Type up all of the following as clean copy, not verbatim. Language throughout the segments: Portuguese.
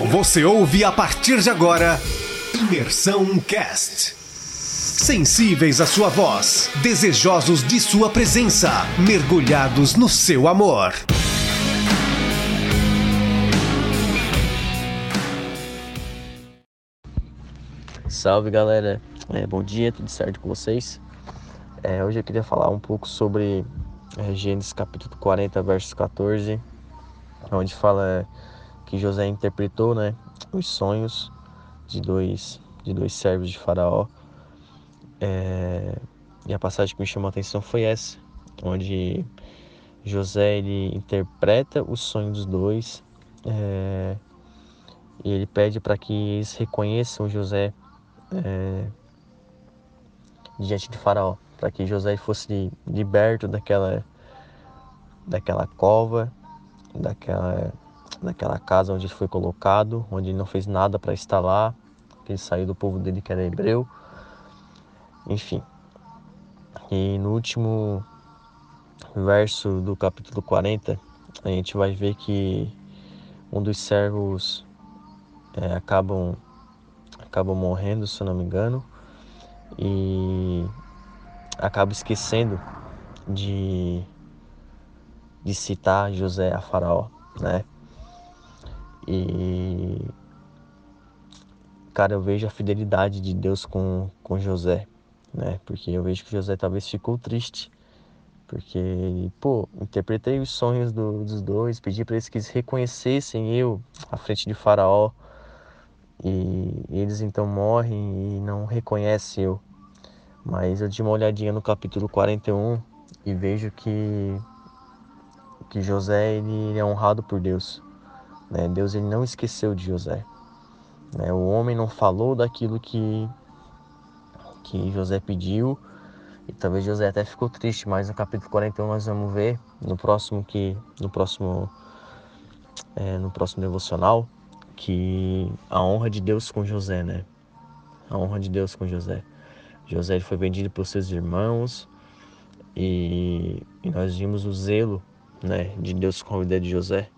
Você ouve a partir de agora Imersão Cast. Sensíveis à sua voz, desejosos de sua presença, mergulhados no seu amor. Salve galera, bom dia, tudo certo com vocês? Hoje eu queria falar um pouco sobre Gênesis capítulo 40, verso 14, onde fala que José interpretou, os sonhos de dois servos de Faraó. E a passagem que me chamou a atenção foi essa, onde José ele interpreta o sonho dos dois e ele pede para que eles reconheçam José diante de Faraó, para que José fosse liberto daquela cova, daquela casa onde ele foi colocado, onde ele não fez nada para estar lá, que ele saiu do povo dele que era hebreu, enfim. E no último verso do capítulo 40, a gente vai ver que um dos servos acabam morrendo, se eu não me engano, e acaba esquecendo de citar José a Faraó, E, cara, eu vejo a fidelidade de Deus com José, Porque eu vejo que José talvez ficou triste, porque, interpretei os sonhos dos dois, pedi para eles que eles reconhecessem eu à frente de Faraó, e eles então morrem e não reconhecem eu. Mas eu dei uma olhadinha no capítulo 41 e vejo que José ele é honrado por Deus, Deus ele não esqueceu de José, O homem não falou daquilo que José pediu, e talvez José até ficou triste, mas no capítulo 41 nós vamos ver no próximo devocional, que a honra de Deus com José, A honra de Deus com José. José ele foi vendido por seus irmãos, e nós vimos o zelo, de Deus com a vida de José.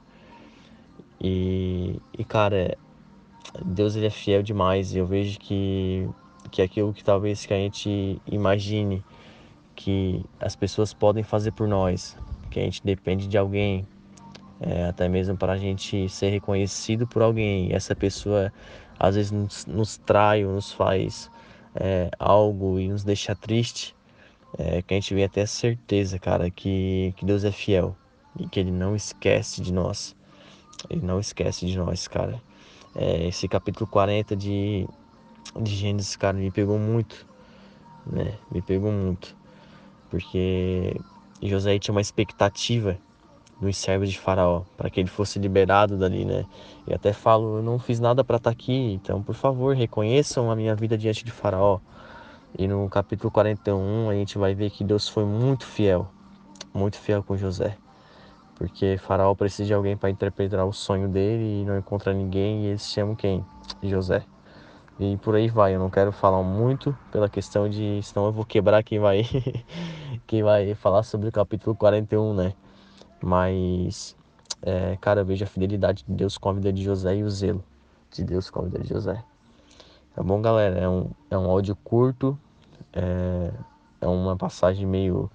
E cara, Deus ele é fiel demais, e eu vejo que aquilo que talvez que a gente imagine que as pessoas podem fazer por nós, que a gente depende de alguém, até mesmo para a gente ser reconhecido por alguém, e essa pessoa às vezes nos trai ou nos faz algo e nos deixa triste, que a gente venha ter a certeza, cara, que Deus é fiel e que Ele não esquece de nós. Ele não esquece de nós, cara. Esse capítulo 40 de Gênesis, cara, me pegou muito, Me pegou muito. Porque José tinha uma expectativa dos servos de Faraó, para que ele fosse liberado dali, E até falo, eu não fiz nada para estar aqui, então, por favor, reconheçam a minha vida diante de Faraó. E no capítulo 41, a gente vai ver que Deus foi muito fiel com José. Porque Faraó precisa de alguém para interpretar o sonho dele e não encontra ninguém, e eles chamam quem? José. E por aí vai, eu não quero falar muito pela questão de, senão eu vou quebrar quem vai quem vai falar sobre o capítulo 41, Mas, cara, eu vejo a fidelidade de Deus com a vida de José e o zelo de Deus com a vida de José. Tá bom, galera? É um áudio curto, é uma passagem meio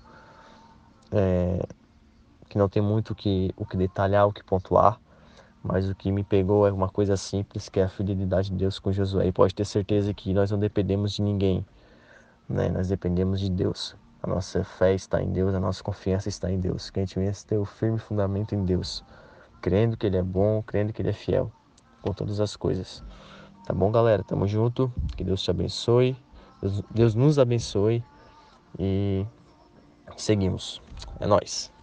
que não tem muito o que detalhar, o que pontuar, mas o que me pegou é uma coisa simples, que é a fidelidade de Deus com Josué. E pode ter certeza que nós não dependemos de ninguém, Nós dependemos de Deus. A nossa fé está em Deus, a nossa confiança está em Deus. Que a gente venha ter o firme fundamento em Deus, crendo que Ele é bom, crendo que Ele é fiel com todas as coisas. Tá bom, galera? Tamo junto. Que Deus te abençoe. Deus nos abençoe. E seguimos. É nóis.